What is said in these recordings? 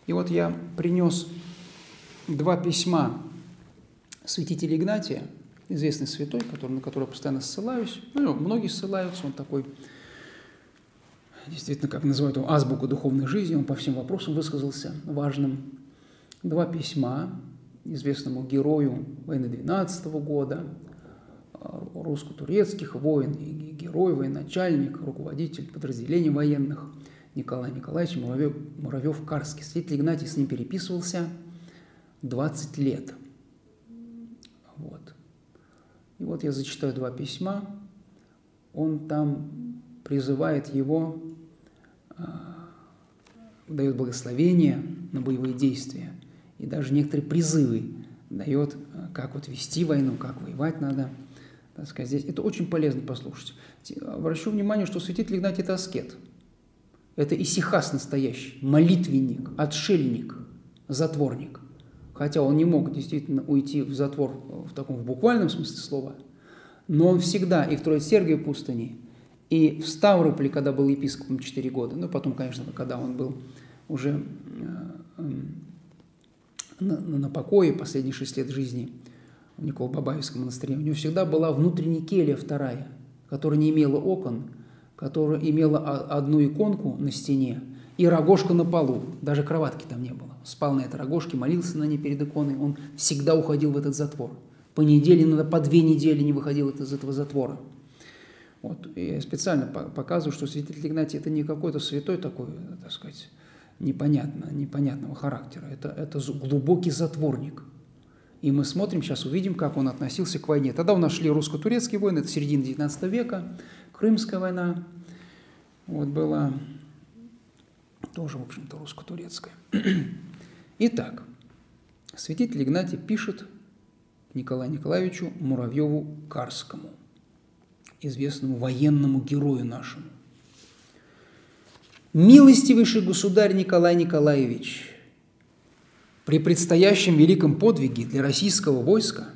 И вот я принес два письма святителя Игнатия, известный святой, на который я постоянно ссылаюсь. Ну, многие ссылаются, он такой, действительно, как называют его, азбука духовной жизни, он по всем вопросам высказался важным. Два письма известному герою войны 12 года, русско-турецких войн, и герой, военачальник, руководитель подразделений военных Николай Николаевич Муравьев-Карский. Святитель Игнатий с ним переписывался 20 лет. Вот. И вот я зачитаю два письма. Он там призывает его, дает благословение на боевые действия и даже некоторые призывы дает, как вот вести войну, как воевать надо. Так сказать, здесь. Это очень полезно послушать. Обращу внимание, что святитель Игнатий – это аскет. Это исихас настоящий, молитвенник, отшельник, затворник. Хотя он не мог действительно уйти в затвор в буквальном смысле слова, но он всегда и в Троице-Сергиевой пустыне, и в Ставрополе, когда был епископом 4 года, ну, потом, конечно, когда он был уже на покое, последние 6 лет жизни в Николо-Бабаевском монастыре, у него всегда была внутренняя келья вторая, которая не имела окон, которая имела одну иконку на стене и рогожка на полу, даже кроватки там не было. Спал на этой рогожке, молился на ней перед иконой, он всегда уходил в этот затвор. По неделе, иногда по 2 недели не выходил из этого затвора. Вот. И я специально показываю, что святитель Игнатий – это не какой-то святой такой, так сказать, непонятного характера. Это глубокий затворник. И мы смотрим, сейчас увидим, как он относился к войне. Тогда у нас шли русско-турецкие войны, это середина XIX века, Крымская война вот была тоже, в общем-то, русско-турецкая. Итак, святитель Игнатий пишет Николаю Николаевичу Муравьеву-Карскому, известному военному герою нашему. «Милостивейший государь Николай Николаевич, при предстоящем великом подвиге для российского войска,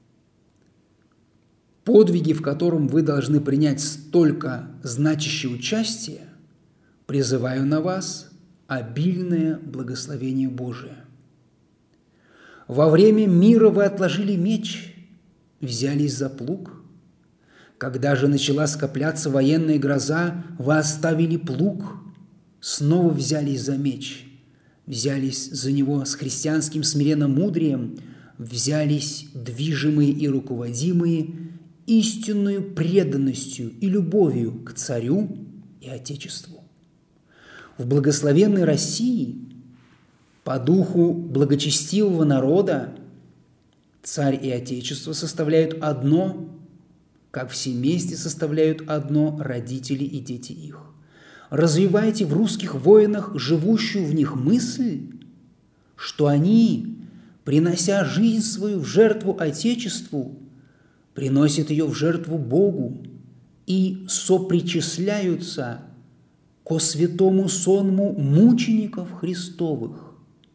подвиге, в котором вы должны принять столько значащее участие, призываю на вас обильное благословение Божие. Во время мира вы отложили меч, взялись за плуг. Когда же начала скопляться военная гроза, вы оставили плуг, снова взялись за меч, взялись за него с христианским смиренномудрием, взялись движимые и руководимые истинную преданностью и любовью к царю и Отечеству. В благословенной России, по духу благочестивого народа, царь и Отечество составляют одно, как все вместе составляют одно родители и дети их. Развивайте в русских воинах живущую в них мысль, что они, принося жизнь свою в жертву Отечеству, приносят ее в жертву Богу и сопричисляются ко святому сонму мучеников Христовых.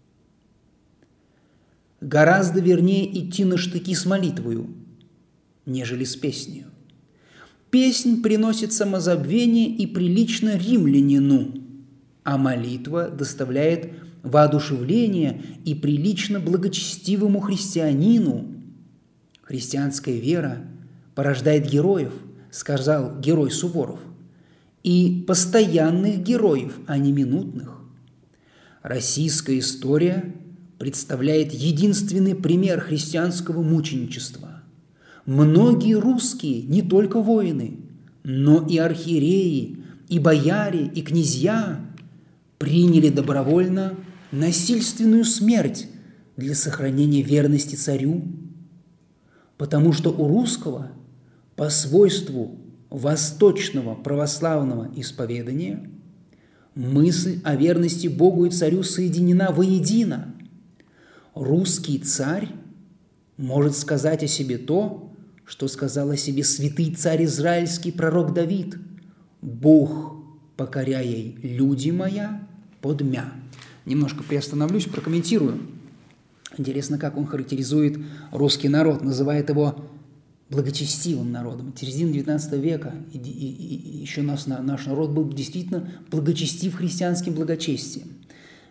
Гораздо вернее идти на штыки с молитвою, нежели с песнею. Песнь приносит самозабвение и прилично римлянину, а молитва доставляет воодушевление и прилично благочестивому христианину. Христианская вера порождает героев, сказал герой Суворов, и постоянных героев, а не минутных. Российская история представляет единственный пример христианского мученичества. Многие русские, не только воины, но и архиереи, и бояре, и князья приняли добровольно насильственную смерть для сохранения верности царю, потому что у русского по свойству восточного православного исповедания мысль о верности Богу и царю соединена воедино. Русский царь может сказать о себе то, что сказал о себе святый царь израильский пророк Давид: «Бог, покоряй люди моя подмя». Немножко приостановлюсь, прокомментирую. Интересно, как он характеризует русский народ, называет его благочестивым народом. Середина XIX века, и еще наш народ был действительно благочестив христианским благочестием.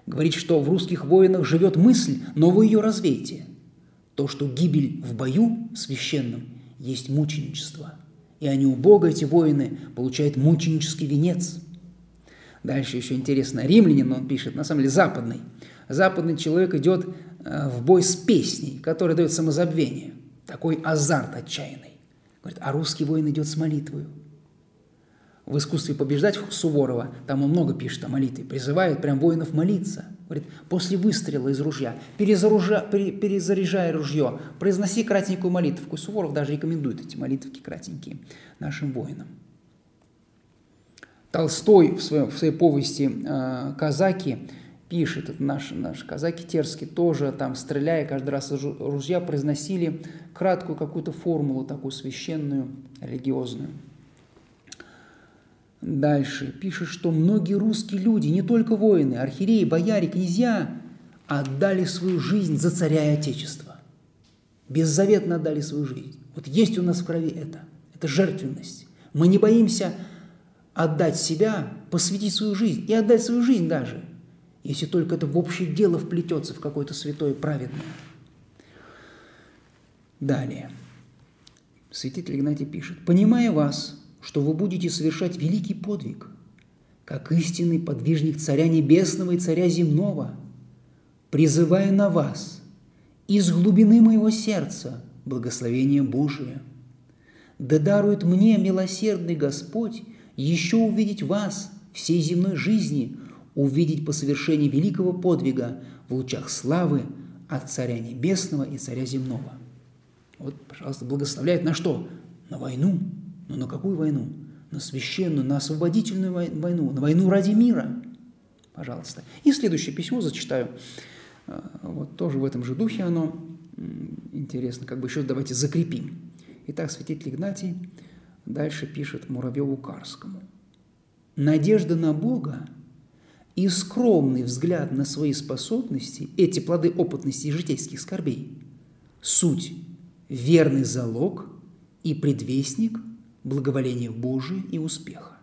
Говорит, что в русских воинах живет мысль, но вы ее развеете. То, что гибель в бою священном есть мученичество. И они у Бога, эти воины, получают мученический венец. Дальше еще интересно. Римлянин, он пишет, на самом деле западный. Западный человек идет в бой с песней, которая дает самозабвение. Такой азарт отчаянный. Говорит, а русский воин идет с молитвою. В «Искусстве побеждать» Суворова, там он много пишет о молитве, призывает прям воинов молиться. Говорит, после выстрела из ружья, перезаряжая ружье, произноси кратенькую молитвку. Суворов даже рекомендует эти молитвки кратенькие нашим воинам. Толстой в своей повести «Казаки» пишет, это наши казаки терские, тоже там, стреляя каждый раз из ружья, произносили краткую какую-то формулу, такую священную, религиозную. Дальше пишет, что многие русские люди, не только воины, архиереи, бояре, князья, отдали свою жизнь за царя и отечество. Беззаветно отдали свою жизнь. Вот есть у нас в крови это жертвенность. Мы не боимся отдать себя, посвятить свою жизнь и отдать свою жизнь даже, если только это в общее дело вплетется в какое-то святое праведное. Далее. Святитель Игнатий пишет, «Понимая вас, что вы будете совершать великий подвиг, как истинный подвижник Царя Небесного и Царя Земного, призывая на вас из глубины моего сердца благословение Божие. Да дарует мне милосердный Господь еще увидеть вас всей земной жизни, увидеть по совершении великого подвига в лучах славы от Царя Небесного и Царя Земного». Вот, пожалуйста, благословляет на что? На войну. Но на какую войну? На священную, на освободительную войну, на войну ради мира. Пожалуйста. И следующее письмо зачитаю. Вот тоже в этом же духе оно. Интересно, как бы еще давайте закрепим. Итак, святитель Игнатий дальше пишет Муравьеву-Карскому. «Надежда на Бога и скромный взгляд на свои способности, эти плоды опытности и житейских скорбей, суть верный залог и предвестник благоволения Божия и успеха.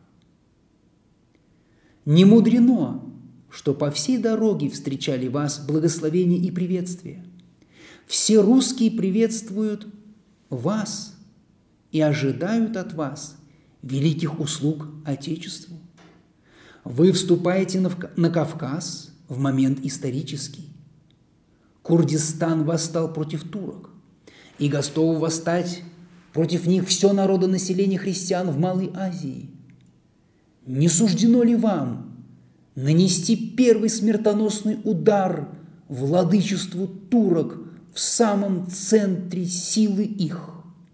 Не мудрено, что по всей дороге встречали вас благословения и приветствия. Все русские приветствуют вас и ожидают от вас великих услуг Отечеству. Вы вступаете на Кавказ в момент исторический. Курдистан восстал против турок, и готов восстать против них все народонаселение христиан в Малой Азии. Не суждено ли вам нанести первый смертоносный удар владычеству турок в самом центре силы их?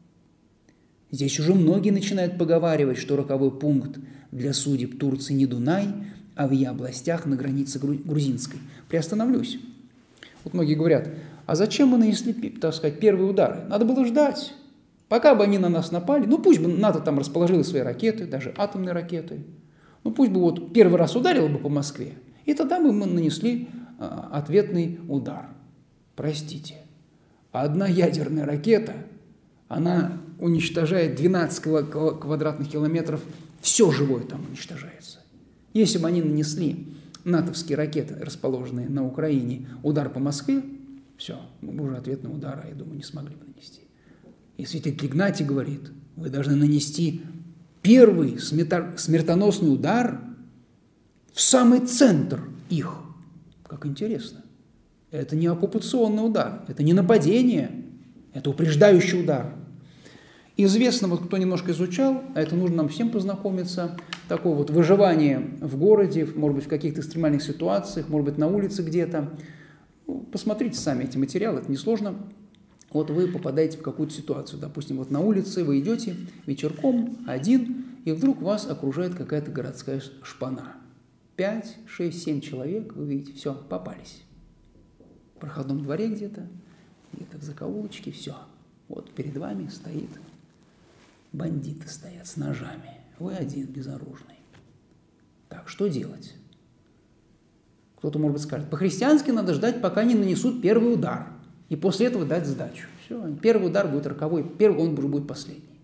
Здесь уже многие начинают поговаривать, что роковой пункт для судеб Турции не Дунай, а в ее областях на границе грузинской. Приостановлюсь. Вот многие говорят, а зачем мы нанесли, так сказать, первые удары? Надо было ждать. Пока бы они на нас напали, ну пусть бы НАТО там расположило свои ракеты, даже атомные ракеты, ну пусть бы вот первый раз ударило бы по Москве, и тогда бы мы нанесли ответный удар. Простите, одна ядерная ракета, она уничтожает 12 квадратных километров, все живое там уничтожается. Если бы они нанесли натовские ракеты, расположенные на Украине, удар по Москве, все, мы бы уже ответного удара, я думаю, не смогли бы нанести. И святитель Игнатий говорит, вы должны нанести первый смертоносный удар в самый центр их. Как интересно. Это не оккупационный удар, это не нападение, это упреждающий удар. Известно, вот кто немножко изучал, а это нужно нам всем познакомиться, такое вот выживание в городе, может быть, в каких-то экстремальных ситуациях, может быть, на улице где-то. Посмотрите сами эти материалы, это несложно. Вот вы попадаете в какую-то ситуацию, допустим, вот на улице вы идете вечерком один, и вдруг вас окружает какая-то городская шпана. 5, 6, 7 человек, вы видите, все, попались. В проходном дворе где-то в закоулочке, все. Вот перед вами стоит, бандиты стоят с ножами, вы один, безоружный. Так, что делать? Кто-то, может быть, скажет, по-христиански надо ждать, пока не нанесут первый удар. И после этого дать сдачу. Все, первый удар будет роковой, первый он уже будет последний.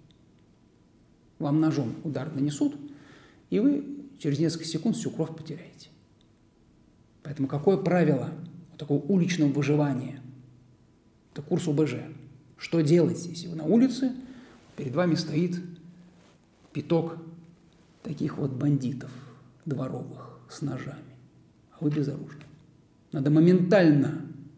Вам ножом удар нанесут, и вы через несколько секунд всю кровь потеряете. Поэтому какое правило такого уличного выживания? Это курс ОБЖ. Что делать, если вы на улице, перед вами стоит пяток таких вот бандитов дворовых с ножами, а вы безоружны? Надо моментально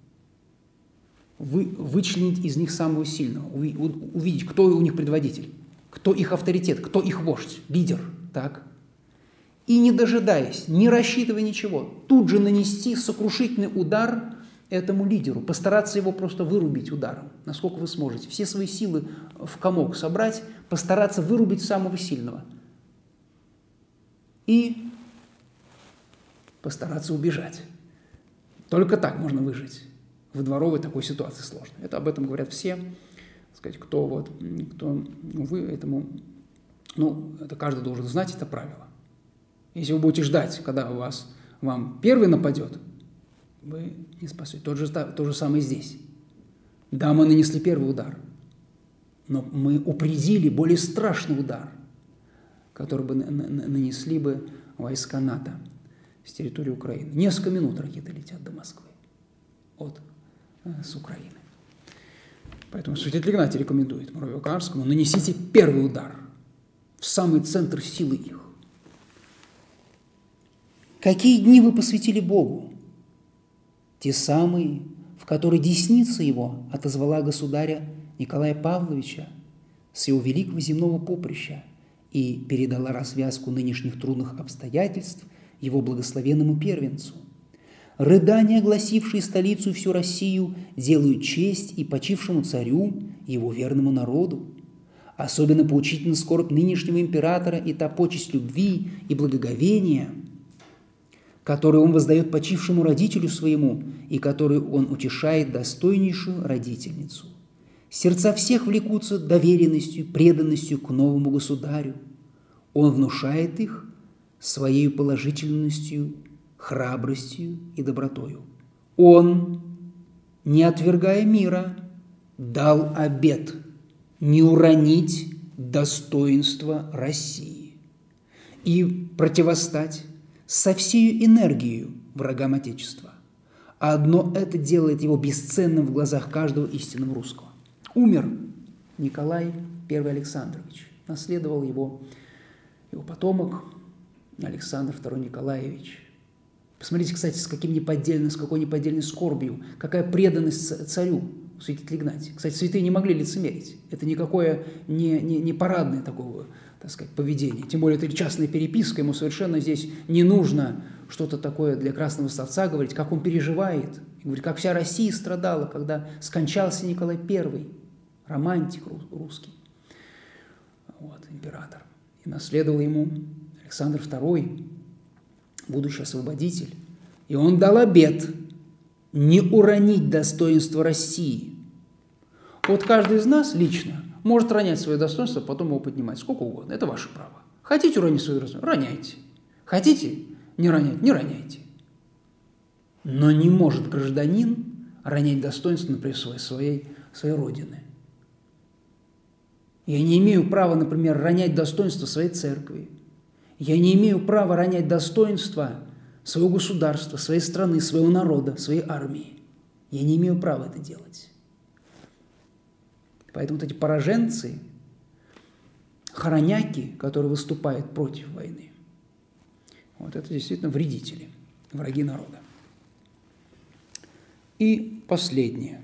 вычленить из них самого сильного, увидеть, кто у них предводитель, кто их авторитет, кто их вождь, лидер, так? И не дожидаясь, не рассчитывая ничего, тут же нанести сокрушительный удар этому лидеру, постараться его просто вырубить ударом, насколько вы сможете, все свои силы в комок собрать, постараться вырубить самого сильного и постараться убежать. Только так можно выжить в дворовой такой ситуации сложной. Это об этом говорят все, так сказать, кто вы этому, это каждый должен знать, это правило. Если вы будете ждать, когда вам первый нападет, вы не спасете. То же самое здесь. Да, мы нанесли первый удар, но мы упредили более страшный удар, который бы нанесли бы войска НАТО с территории Украины. Несколько минут ракеты летят до Москвы с Украины. Поэтому святитель Игнатий рекомендует Моравино-Каарскому: нанесите первый удар в самый центр силы их. Какие дни вы посвятили Богу? Те самые, в которые десница его отозвала государя Николая Павловича с его великого земного поприща и передала развязку нынешних трудных обстоятельств его благословенному первенцу. Рыдания, огласившие столицу и всю Россию, делают честь и почившему царю, и его верному народу. Особенно поучительна скорбь нынешнего императора и та почесть любви и благоговения, которую он воздает почившему родителю своему и которую он утешает достойнейшую родительницу. Сердца всех влекутся доверенностью, преданностью к новому государю. Он внушает их своей положительностью, храбростью и добротою. Он, не отвергая мира, дал обет не уронить достоинство России и противостать со всею энергией врагам Отечества. А одно это делает его бесценным в глазах каждого истинного русского. Умер Николай I Александрович, наследовал его потомок Александр II Николаевич. Посмотрите, кстати, с какой неподдельной скорбью, какая преданность царю, святитель Игнатий. Кстати, святые не могли лицемерить. Это никакое не парадное такого, так сказать, поведение. Тем более это частная переписка, ему совершенно здесь не нужно что-то такое для красного словца говорить, как он переживает. Говорит, как вся Россия страдала, когда скончался Николай I, романтик русский, император. И наследовал ему Александр II, будущий освободитель. И он дал обет не уронить достоинство России. Вот каждый из нас лично может ронять свое достоинство, потом его поднимать сколько угодно. Это ваше право. Хотите уронить свое достоинство? Роняйте. Хотите не ронять? Не роняйте. Но не может гражданин ронять достоинство, например, своей родины. Я не имею права, например, ронять достоинство своей церкви. Я не имею права ронять достоинство своего государства, своей страны, своего народа, своей армии. Я не имею права это делать. Поэтому вот эти пораженцы, хороняки, которые выступают против войны, это действительно вредители, враги народа. И последнее.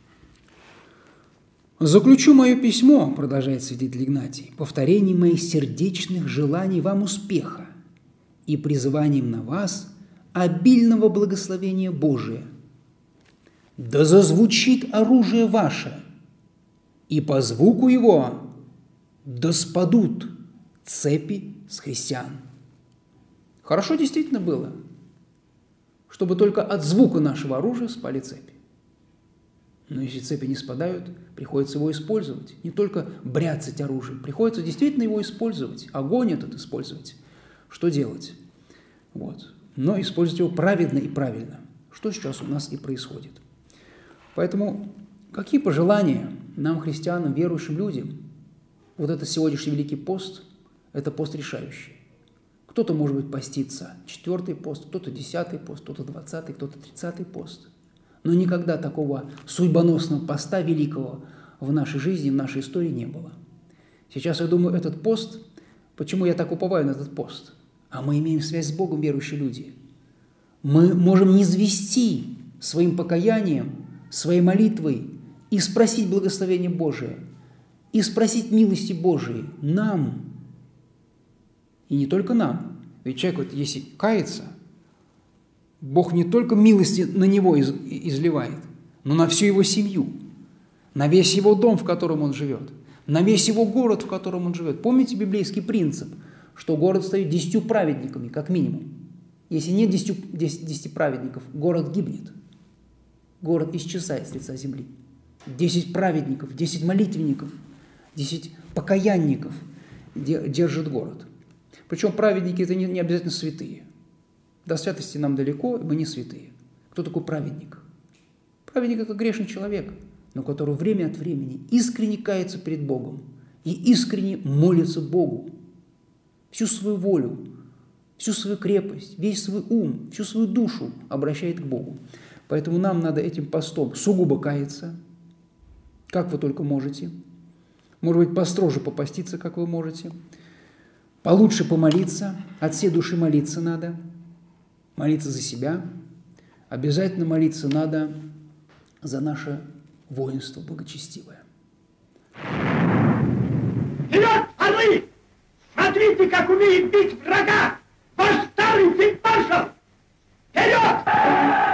«Заключу мое письмо, – продолжает святитель Игнатий, – повторением моих сердечных желаний вам успеха и призыванием на вас обильного благословения Божия. Да зазвучит оружие ваше, и по звуку его да спадут цепи с христиан». Хорошо действительно было, чтобы только от звука нашего оружия спали цепи. Но если цепи не спадают, приходится его использовать. Не только бряцать оружием, приходится действительно его использовать, огонь этот использовать. Что делать? Но использовать его праведно и правильно, что сейчас у нас и происходит. Поэтому какие пожелания нам, христианам, верующим людям? Вот этот сегодняшний Великий пост – это пост решающий. Кто-то, может быть, постится 4-й пост, кто-то 10-й пост, кто-то 20-й, кто-то 30-й пост. Но никогда такого судьбоносного поста великого в нашей жизни, в нашей истории не было. Сейчас, я думаю, этот пост, почему я так уповаю на этот пост? А мы имеем связь с Богом, верующие люди. Мы можем низвести своим покаянием, своей молитвой и спросить благословение Божие, и спросить милости Божией нам. И не только нам. Ведь человек, вот, если кается, Бог не только милости на него изливает, но на всю его семью, на весь его дом, в котором он живет, на весь его город, в котором он живет. Помните библейский принцип, что город стоит 10 праведниками, как минимум. Если нет 10 праведников, город гибнет. Город исчезает с лица земли. 10 праведников, 10 молитвенников, 10 покаянников держит город. Причем праведники – это не обязательно святые. До святости нам далеко, мы не святые. Кто такой праведник? Праведник – это грешный человек, но который время от времени искренне кается перед Богом и искренне молится Богу. Всю свою волю, всю свою крепость, весь свой ум, всю свою душу обращает к Богу. Поэтому нам надо этим постом сугубо каяться, как вы только можете. Может быть, построже попаститься, как вы можете. Получше помолиться, от всей души молиться надо. Молиться за себя. Обязательно молиться надо за наше воинство благочестивое. Вперед, орлы! Смотрите, как умеет бить врага! Ваш старый фельдмаршал! Вперед!